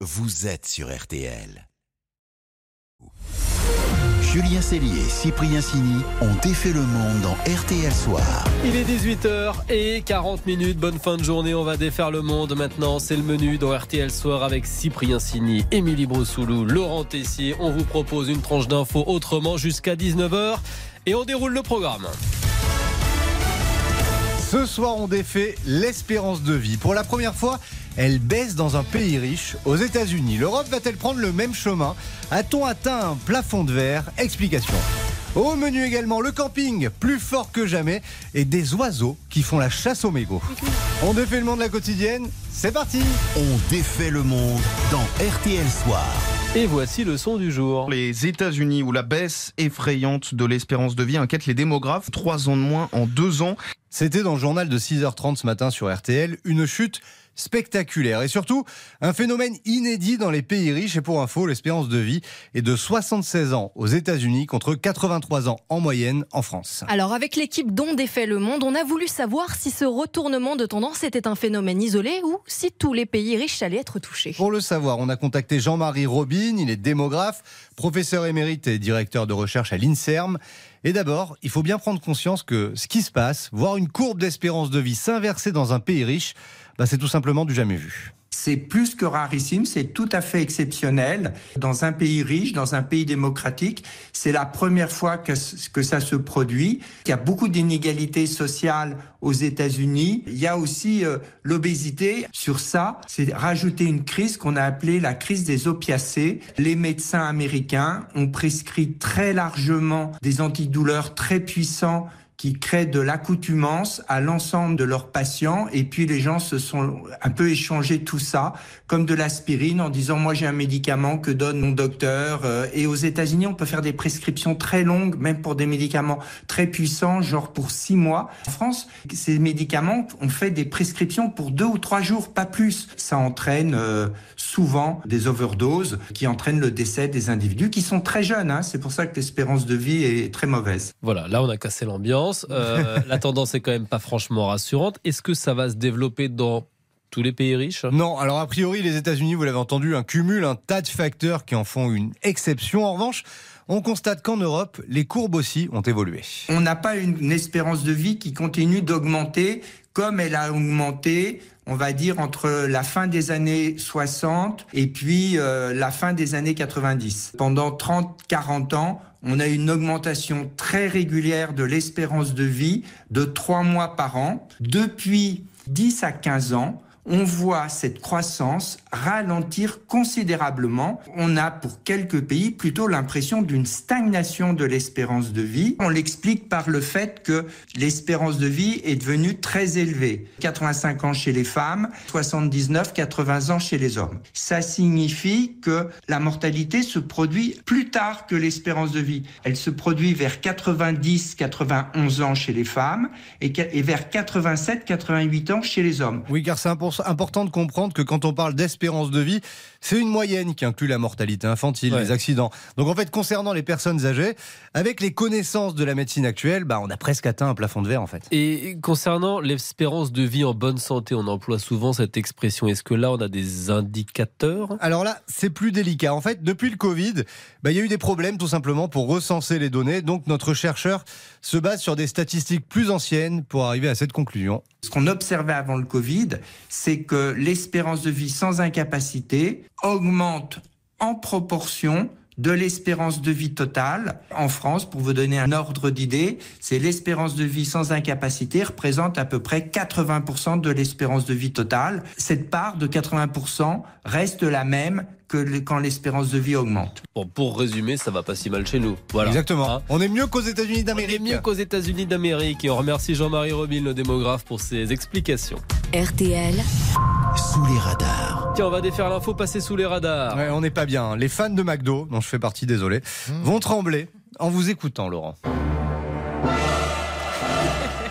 vous êtes sur RTL. Julien Cellier et Cyprien Sini ont défait le monde dans RTL Soir. Il est 18h40. Bonne fin de journée. On va défaire le monde maintenant. C'est le menu dans RTL Soir avec Cyprien Sini, Émilie Brossoulou, Laurent Tessier. On vous propose une tranche d'infos autrement jusqu'à 19h. Et on déroule le programme. Ce soir, on défait l'espérance de vie. Pour la première fois, elle baisse dans un pays riche, aux États-Unis. L'Europe va-t-elle prendre le même chemin ? A-t-on atteint un plafond de verre ? Explication. Au menu également, le camping, plus fort que jamais, et des oiseaux qui font la chasse aux mégots. On défait le monde de la quotidienne, c'est parti ! On défait le monde dans RTL Soir. Et voici le son du jour. Les États-Unis, où la baisse effrayante de l'espérance de vie inquiète les démographes. 3 ans de moins en 2 ans. C'était dans le journal de 6h30 ce matin sur RTL, une chute spectaculaire et surtout un phénomène inédit dans les pays riches. Et pour info, l'espérance de vie est de 76 ans aux États-Unis contre 83 ans en moyenne en France. Alors avec l'équipe dont défait le monde, on a voulu savoir si ce retournement de tendance était un phénomène isolé ou si tous les pays riches allaient être touchés. Pour le savoir, on a contacté Jean-Marie Robin, il est démographe, professeur émérite et directeur de recherche à l'INSERM. Et d'abord, il faut bien prendre conscience que ce qui se passe, voir une courbe d'espérance de vie s'inverser dans un pays riche, c'est tout simplement du jamais vu. C'est plus que rarissime, c'est tout à fait exceptionnel. Dans un pays riche, dans un pays démocratique, c'est la première fois que ça se produit. Il y a beaucoup d'inégalités sociales aux États-Unis. Il y a aussi l'obésité. Sur ça, c'est rajouter une crise qu'on a appelée la crise des opiacés. Les médecins américains ont prescrit très largement des antidouleurs très puissants qui créent de l'accoutumance à l'ensemble de leurs patients, et puis les gens se sont un peu échangé tout ça comme de l'aspirine en disant moi j'ai un médicament que donne mon docteur, et aux États-Unis on peut faire des prescriptions très longues même pour des médicaments très puissants, genre pour 6 mois. En France, ces médicaments, on fait des prescriptions pour 2 ou 3 jours, pas plus. Ça entraîne souvent des overdoses qui entraînent le décès des individus qui sont très jeunes, C'est pour ça que l'espérance de vie est très mauvaise. Voilà, là on a cassé l'ambiance. La tendance est quand même pas franchement rassurante. Est-ce que ça va se développer dans tous les pays riches ? Non, alors a priori les États-Unis, vous l'avez entendu, cumulent un tas de facteurs qui en font une exception. En revanche, on constate qu'en Europe, les courbes aussi ont évolué. On n'a pas une espérance de vie qui continue d'augmenter comme elle a augmenté, on va dire, entre la fin des années 60 et puis la fin des années 90. Pendant 30-40 ans, on a une augmentation très régulière de l'espérance de vie de 3 mois par an. Depuis 10 à 15 ans, on voit cette croissance ralentir considérablement. On a pour quelques pays plutôt l'impression d'une stagnation de l'espérance de vie. On l'explique par le fait que l'espérance de vie est devenue très élevée. 85 ans chez les femmes, 79-80 ans chez les hommes. Ça signifie que la mortalité se produit plus tard que l'espérance de vie. Elle se produit vers 90-91 ans chez les femmes et vers 87-88 ans chez les hommes. Oui, car c'est important de comprendre que quand on parle d'espérance de vie, c'est une moyenne qui inclut la mortalité infantile, les accidents. Donc en fait, concernant les personnes âgées, avec les connaissances de la médecine actuelle, on a presque atteint un plafond de verre en fait. Et concernant l'espérance de vie en bonne santé, on emploie souvent cette expression. Est-ce que là, on a des indicateurs ? Alors là, c'est plus délicat. En fait, depuis le Covid, il y a eu des problèmes tout simplement pour recenser les données. Donc notre chercheur se base sur des statistiques plus anciennes pour arriver à cette conclusion. Ce qu'on observait avant le Covid, c'est que l'espérance de vie sans incapacité augmente en proportion de l'espérance de vie totale. En France, pour vous donner un ordre d'idée, c'est l'espérance de vie sans incapacité représente à peu près 80% de l'espérance de vie totale. Cette part de 80% reste la même que quand l'espérance de vie augmente. Bon, pour résumer, ça va pas si mal chez nous. Voilà. Exactement. On est mieux qu'aux États-Unis d'Amérique. On est mieux qu'aux États-Unis d'Amérique. Et on remercie Jean-Marie Robin, le démographe, pour ses explications. RTL. Sous les radars. Tiens, on va défaire l'info passée sous les radars. Ouais, on n'est pas bien. Les fans de McDo, dont je fais partie, désolé, vont trembler en vous écoutant, Laurent.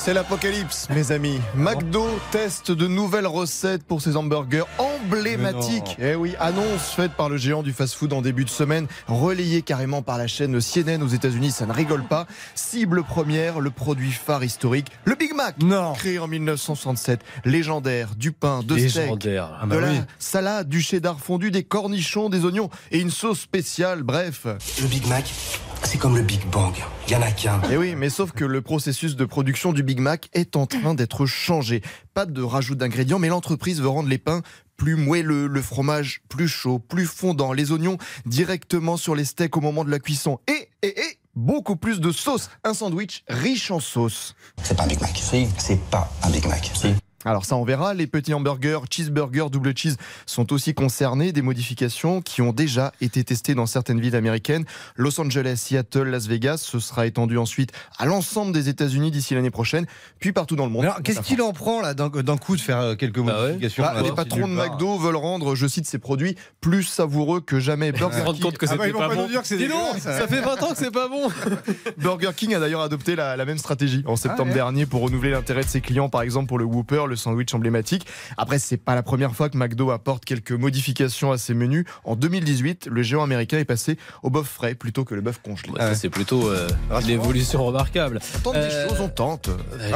c'est l'apocalypse, mes amis. McDo teste de nouvelles recettes pour ses hamburgers emblématiques. Eh oui, annonce faite par le géant du fast-food en début de semaine, relayée carrément par la chaîne CNN aux États-Unis, ça ne rigole pas. Cible première, le produit phare historique, le Big Mac. Créé en 1967, légendaire, du pain, de steak, de la salade, du cheddar fondu, des cornichons, des oignons et une sauce spéciale, bref. Le Big Mac, c'est comme le Big Bang, il n'y en a qu'un. Et oui, mais sauf que le processus de production du Big Mac est en train d'être changé. Pas de rajout d'ingrédients, mais l'entreprise veut rendre les pains plus moelleux, le fromage plus chaud, plus fondant, les oignons directement sur les steaks au moment de la cuisson. Et beaucoup plus de sauce. Un sandwich riche en sauce. C'est pas un Big Mac. Si. C'est pas un Big Mac. Si. Alors ça on verra, les petits hamburgers, cheeseburgers, double cheese sont aussi concernés, des modifications qui ont déjà été testées dans certaines villes américaines. Los Angeles, Seattle, Las Vegas, ce sera étendu ensuite à l'ensemble des États-Unis d'ici l'année prochaine, puis partout dans le monde. Alors qu'est-ce qu'il en prend là d'un coup de faire quelques modifications? Les patrons de McDo veulent rendre, je cite, ces produits plus savoureux que jamais. Ils se rendent compte que c'était pas bon. Dis donc, ça fait 20 ans que c'est pas bon. Burger King a d'ailleurs adopté la même stratégie en septembre dernier pour renouveler l'intérêt de ses clients, par exemple pour le Whopper, le sandwich emblématique. Après, c'est pas la première fois que McDo apporte quelques modifications à ses menus. En 2018, le géant américain est passé au bœuf frais plutôt que le bœuf congelé. C'est plutôt une évolution remarquable. On tente des choses, on tente.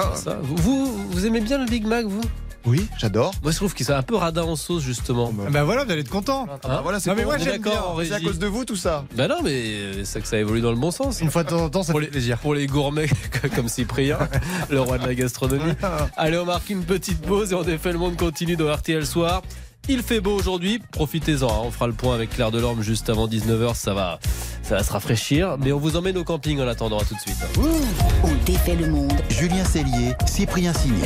Vous aimez bien le Big Mac, vous? Oui, j'adore. Moi, je trouve qu'il est un peu radin en sauce, justement. Ben voilà, vous allez être content. Voilà, c'est mais moi j'aime bien. C'est à cause de vous tout ça. Ben non, mais c'est que ça évolue dans le bon sens. Une fois de temps en temps, ça fait plaisir. Pour les gourmets comme Cyprien, le roi de la gastronomie. Allez, on marque une petite pause et on défait le monde continue dans RTL Soir. Il fait beau aujourd'hui, profitez-en. On fera le point avec Claire Delorme juste avant 19h. Ça va se rafraîchir. Mais on vous emmène au camping en attendant. À tout de suite. On défait le monde. Julien Cellier, Cyprien Signy.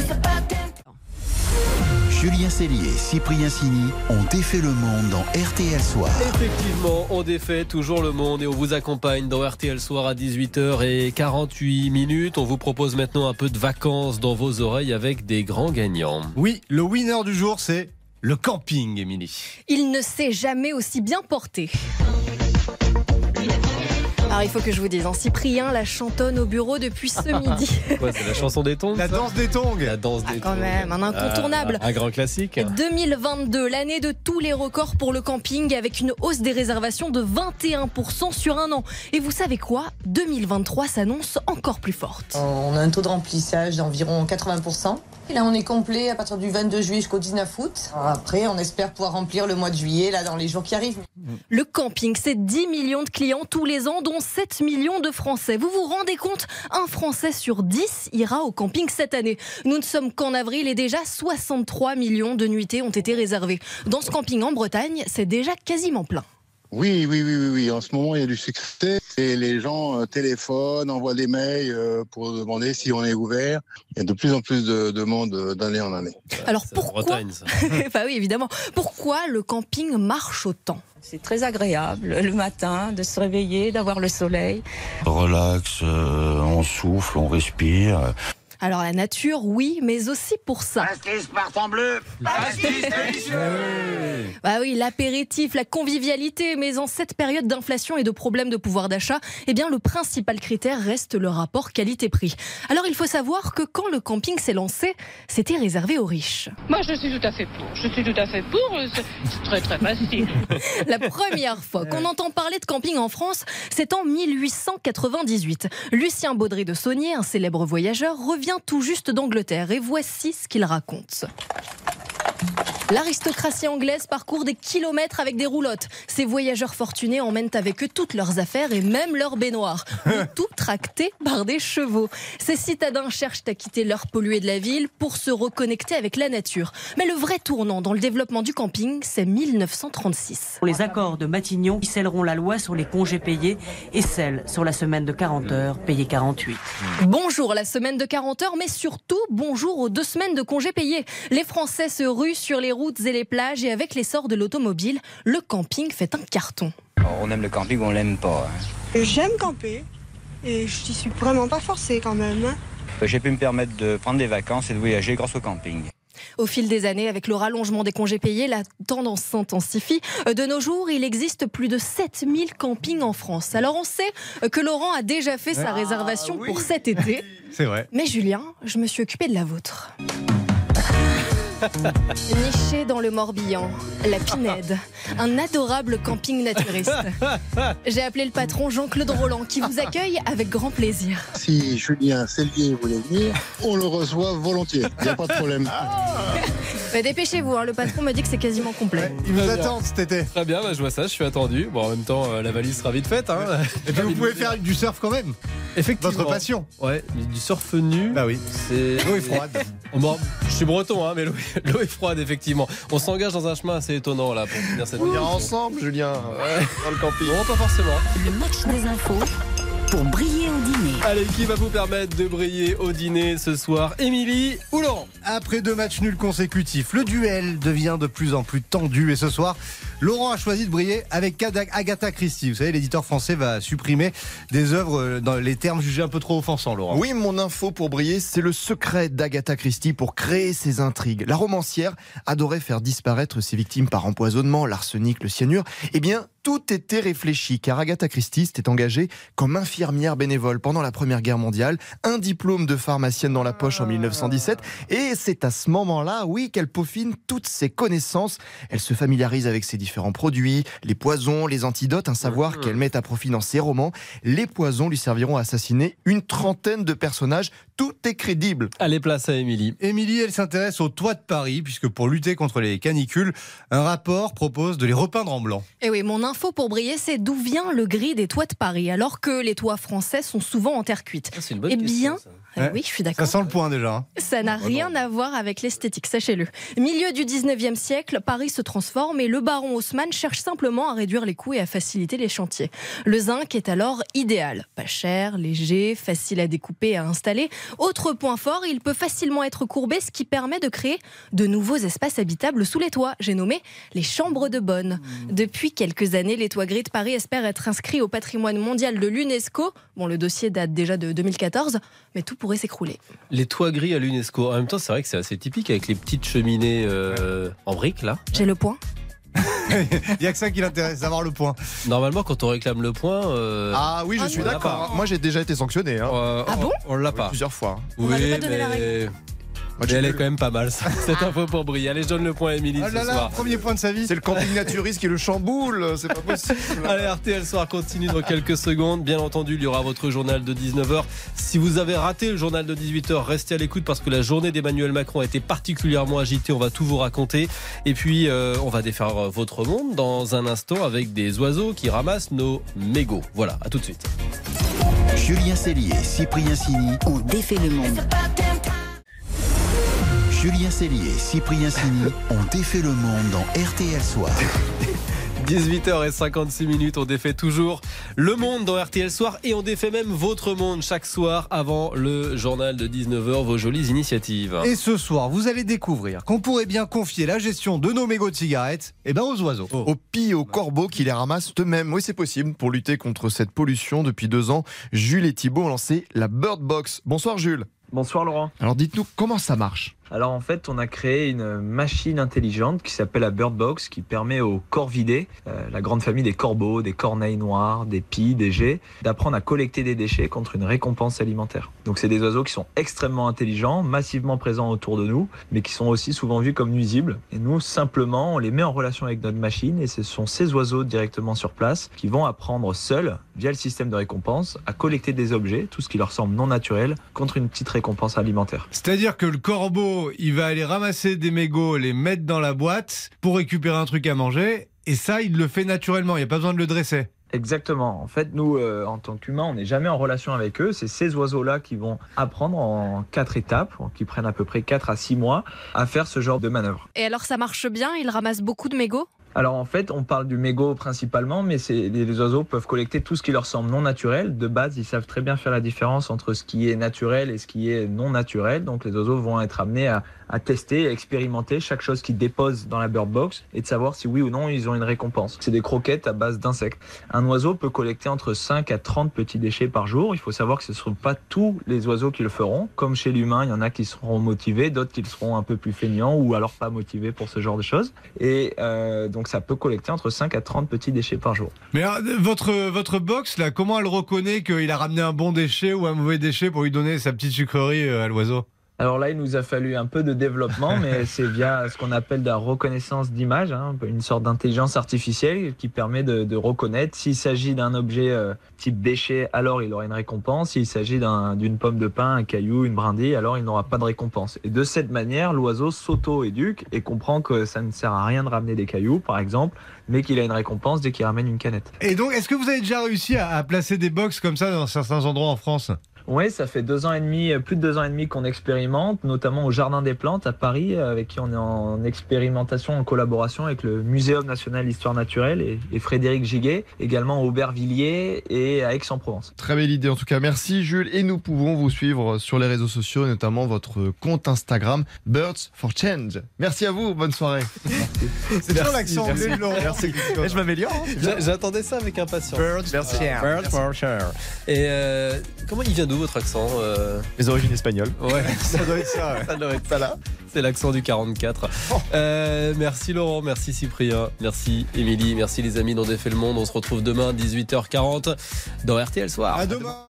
Julien Cellier, Cyprien Signy ont défait le monde dans RTL Soir. Effectivement, on défait toujours le monde et on vous accompagne dans RTL Soir à 18h48. On vous propose maintenant un peu de vacances dans vos oreilles avec des grands gagnants. Oui, le winner du jour, c'est le camping, Émilie. Il ne s'est jamais aussi bien porté. Alors il faut que je vous dise, Cyprien la chantonne au bureau depuis ce midi. Quoi, c'est la chanson des tongs? La danse des tongs. La danse des tongs. Quand même, un incontournable. Un grand classique. 2022, l'année de tous les records pour le camping avec une hausse des réservations de 21% sur un an. Et vous savez quoi? 2023 s'annonce encore plus forte. On a un taux de remplissage d'environ 80%. Et là, on est complet à partir du 22 juillet jusqu'au 19 août. Après, on espère pouvoir remplir le mois de juillet, là, dans les jours qui arrivent. Le camping, c'est 10 millions de clients tous les ans, dont 7 millions de Français. Vous vous rendez compte? Un Français sur 10 ira au camping cette année. Nous ne sommes qu'en avril et déjà 63 millions de nuitées ont été réservées. Dans ce camping en Bretagne, c'est déjà quasiment plein. Oui. En ce moment, il y a du succès et les gens téléphonent, envoient des mails pour demander si on est ouvert. Il y a de plus en plus de demandes d'année en année. Alors pourquoi Bretagne, ça. Bah oui, évidemment. Pourquoi le camping marche autant? C'est très agréable le matin de se réveiller, d'avoir le soleil. Relax, on souffle, on respire. Alors la nature, oui, mais aussi pour ça. Pastis Spartan bleu. Pastis délicieux. Bah oui, l'apéritif, la convivialité, mais en cette période d'inflation et de problèmes de pouvoir d'achat, eh bien le principal critère reste le rapport qualité-prix. Alors il faut savoir que quand le camping s'est lancé, c'était réservé aux riches. Moi je suis tout à fait pour. C'est très très facile. La première fois qu'on entend parler de camping en France, c'est en 1898. Lucien Baudry de Saunier, un célèbre voyageur, revient tout juste d'Angleterre et voici ce qu'il raconte. L'aristocratie anglaise parcourt des kilomètres avec des roulottes. Ces voyageurs fortunés emmènent avec eux toutes leurs affaires et même leurs baignoires. Tout tracté par des chevaux. Ces citadins cherchent à quitter l'air pollué de la ville pour se reconnecter avec la nature. Mais le vrai tournant dans le développement du camping, c'est 1936. Les accords de Matignon qui scelleront la loi sur les congés payés et celle sur la semaine de 40 heures payée 48. Bonjour la semaine de 40 heures, mais surtout bonjour aux 2 semaines de congés payés. Les Français se ruent sur les routes et les plages et avec l'essor de l'automobile, le camping fait un carton. On aime le camping ou on l'aime pas. J'aime camper et je n'y suis vraiment pas forcée quand même. J'ai pu me permettre de prendre des vacances et de voyager grâce au camping. Au fil des années, avec le rallongement des congés payés, la tendance s'intensifie. De nos jours, il existe plus de 7000 campings en France. Alors on sait que Laurent a déjà fait sa réservation pour cet été. C'est vrai. Mais Julien, je me suis occupée de la vôtre. Niché dans le Morbihan, la Pinède, un adorable camping naturiste. J'ai appelé le patron Jean-Claude Roland qui vous accueille avec grand plaisir. Si Julien Cellier voulait venir, on le reçoit volontiers. Il n'y a pas de problème. Bah, dépêchez-vous, le patron me dit que c'est quasiment complet. Il vous attend cet été. Très bien, je vois ça, je suis attendu. Bon, en même temps, la valise sera vite faite. Et puis vous pouvez faire du surf quand même. Effectivement. Votre passion. Ouais, du surf nu. Bah oui. L'eau est froide. Je suis breton, mais l'eau est froide, effectivement. On s'engage dans un chemin assez étonnant là pour finir cette On ira ensemble, Julien, dans le camping. Non, pas forcément. Le match des infos pour briller au dîner. Allez, qui va vous permettre de briller au dîner ce soir, Émilie ou Laurent? Après 2 matchs nuls consécutifs, le duel devient de plus en plus tendu. Et ce soir, Laurent a choisi de briller avec Agatha Christie. Vous savez, l'éditeur français va supprimer des œuvres dans les termes jugés un peu trop offensants, Laurent. Oui, mon info pour briller, c'est le secret d'Agatha Christie pour créer ses intrigues. La romancière adorait faire disparaître ses victimes par empoisonnement, l'arsenic, le cyanure. Eh bien, tout était réfléchi, car Agatha Christie s'était engagée comme infirmière bénévole pendant la Première Guerre mondiale, un diplôme de pharmacienne dans la poche en 1917, et c'est à ce moment-là, oui, qu'elle peaufine toutes ses connaissances. Elle se familiarise avec ses différents produits, les poisons, les antidotes, un savoir qu'elle met à profit dans ses romans. Les poisons lui serviront à assassiner une trentaine de personnages. Tout est crédible. Allez, place à Émilie. Émilie, elle s'intéresse aux toits de Paris, puisque pour lutter contre les canicules, un rapport propose de les repeindre en blanc. Et oui, mon info pour briller, c'est d'où vient le gris des toits de Paris, alors que les toits français sont souvent en terre cuite. C'est une bonne question, ça. Oui, je suis d'accord. Ça sent le point déjà. Ça n'a rien à voir avec l'esthétique, sachez-le. Milieu du 19e siècle, Paris se transforme et le baron Haussmann cherche simplement à réduire les coûts et à faciliter les chantiers. Le zinc est alors idéal. Pas cher, léger, facile à découper et à installer. Autre point fort, il peut facilement être courbé, ce qui permet de créer de nouveaux espaces habitables sous les toits. J'ai nommé les chambres de bonne. Depuis quelques années, les toits gris de Paris espèrent être inscrits au patrimoine mondial de l'UNESCO. Bon, le dossier date déjà de 2014, mais tout pourrait s'écrouler. Les toits gris à l'UNESCO. En même temps, c'est vrai que c'est assez typique avec les petites cheminées en briques là. J'ai le point. Il n'y a que ça qui l'intéresse, d'avoir le point. Normalement, quand on réclame le point... Ah oui, je suis d'accord. Moi, j'ai déjà été sanctionné. Ah bon ? On l'a pas. Plusieurs fois. On n'avait pas donné la règle. Mais elle est quand même pas mal, cette info pour briller. Allez, je donne le point à Émilie ce soir. Premier point de sa vie. C'est le camping naturiste qui le chamboule, c'est pas possible. Allez, RTL Soir continue dans quelques secondes. Bien entendu, il y aura votre journal de 19h. Si vous avez raté le journal de 18h, restez à l'écoute parce que la journée d'Emmanuel Macron a été particulièrement agitée. On va tout vous raconter. Et puis, on va défaire votre monde dans un instant avec des oiseaux qui ramassent nos mégots. Voilà, à tout de suite. Julien Cellier, Cyprien Sini ont défait le monde. Julien Cellier, Cyprien Sini ont défait le monde dans RTL Soir. 18h56, on défait toujours le monde dans RTL Soir et on défait même votre monde chaque soir avant le journal de 19h, vos jolies initiatives. Et ce soir, vous allez découvrir qu'on pourrait bien confier la gestion de nos mégots de cigarettes aux oiseaux. Aux pies, aux corbeaux qui les ramassent eux-mêmes. Oui, c'est possible. Pour lutter contre cette pollution, depuis 2 ans, Jules et Thibault ont lancé la Bird Box. Bonsoir Jules. Bonsoir Laurent. Alors dites-nous, comment ça marche ? Alors en fait, on a créé une machine intelligente qui s'appelle la Bird Box, qui permet aux corvidés, la grande famille des corbeaux, des corneilles noires, des pies, des geais, d'apprendre à collecter des déchets contre une récompense alimentaire. Donc c'est des oiseaux qui sont extrêmement intelligents, massivement présents autour de nous, mais qui sont aussi souvent vus comme nuisibles. Et nous, simplement, on les met en relation avec notre machine et ce sont ces oiseaux directement sur place qui vont apprendre seuls, via le système de récompense, à collecter des objets, tout ce qui leur semble non naturel, contre une petite récompense alimentaire. C'est-à-dire que le corbeau, il va aller ramasser des mégots, les mettre dans la boîte pour récupérer un truc à manger. Et ça, il le fait naturellement. Il n'y a pas besoin de le dresser. Exactement. En fait, nous, en tant qu'humains, on n'est jamais en relation avec eux. C'est ces oiseaux-là qui vont apprendre en 4 étapes, qui prennent à peu près 4 à 6 mois, à faire ce genre de manœuvre. Et alors, ça marche bien ? Ils ramassent beaucoup de mégots ? Alors en fait, on parle du mégot principalement, mais les oiseaux peuvent collecter tout ce qui leur semble non naturel. De base, ils savent très bien faire la différence entre ce qui est naturel et ce qui est non naturel. Donc les oiseaux vont être amenés à à tester, à expérimenter chaque chose qu'ils déposent dans la Bird Box et de savoir si oui ou non ils ont une récompense. C'est des croquettes à base d'insectes. Un oiseau peut collecter entre 5 à 30 petits déchets par jour. Il faut savoir que ce ne seront pas tous les oiseaux qui le feront. Comme chez l'humain, il y en a qui seront motivés, d'autres qui seront un peu plus feignants ou alors pas motivés pour ce genre de choses. Et donc ça peut collecter entre 5 à 30 petits déchets par jour. Mais alors, votre box, là, comment elle reconnaît qu'il a ramené un bon déchet ou un mauvais déchet pour lui donner sa petite sucrerie à l'oiseau ? Alors là, il nous a fallu un peu de développement, mais c'est via ce qu'on appelle de la reconnaissance d'image, une sorte d'intelligence artificielle qui permet de reconnaître. S'il s'agit d'un objet type déchet, alors il aura une récompense. S'il s'agit d'une pomme de pin, un caillou, une brindille, alors il n'aura pas de récompense. Et de cette manière, l'oiseau s'auto-éduque et comprend que ça ne sert à rien de ramener des cailloux, par exemple, mais qu'il a une récompense dès qu'il ramène une canette. Et donc, est-ce que vous avez déjà réussi à placer des box comme ça dans certains endroits en France ? Oui, ça fait 2 ans et demi, plus de 2 ans et demi qu'on expérimente, notamment au Jardin des Plantes à Paris, avec qui on est en expérimentation, en collaboration avec le Muséum national d'histoire naturelle et Frédéric Giguet, également à Aubervilliers et à Aix-en-Provence. Très belle idée en tout cas, merci Jules. Et nous pouvons vous suivre sur les réseaux sociaux, notamment votre compte Instagram Birds for Change. Merci à vous, bonne soirée. C'est toujours l'accent anglais de Laurent. Merci. Et je m'améliore. J'attendais ça avec impatience. Birds for Change. Et comment il vient d'où votre accent Les origines espagnoles. Ouais, ça doit être ça. Ouais. Ça doit être ça là. C'est l'accent du 44. Merci Laurent, merci Cyprien, merci Émilie, merci les amis d'On défait le monde. On se retrouve demain 18h40 dans RTL Soir. À demain.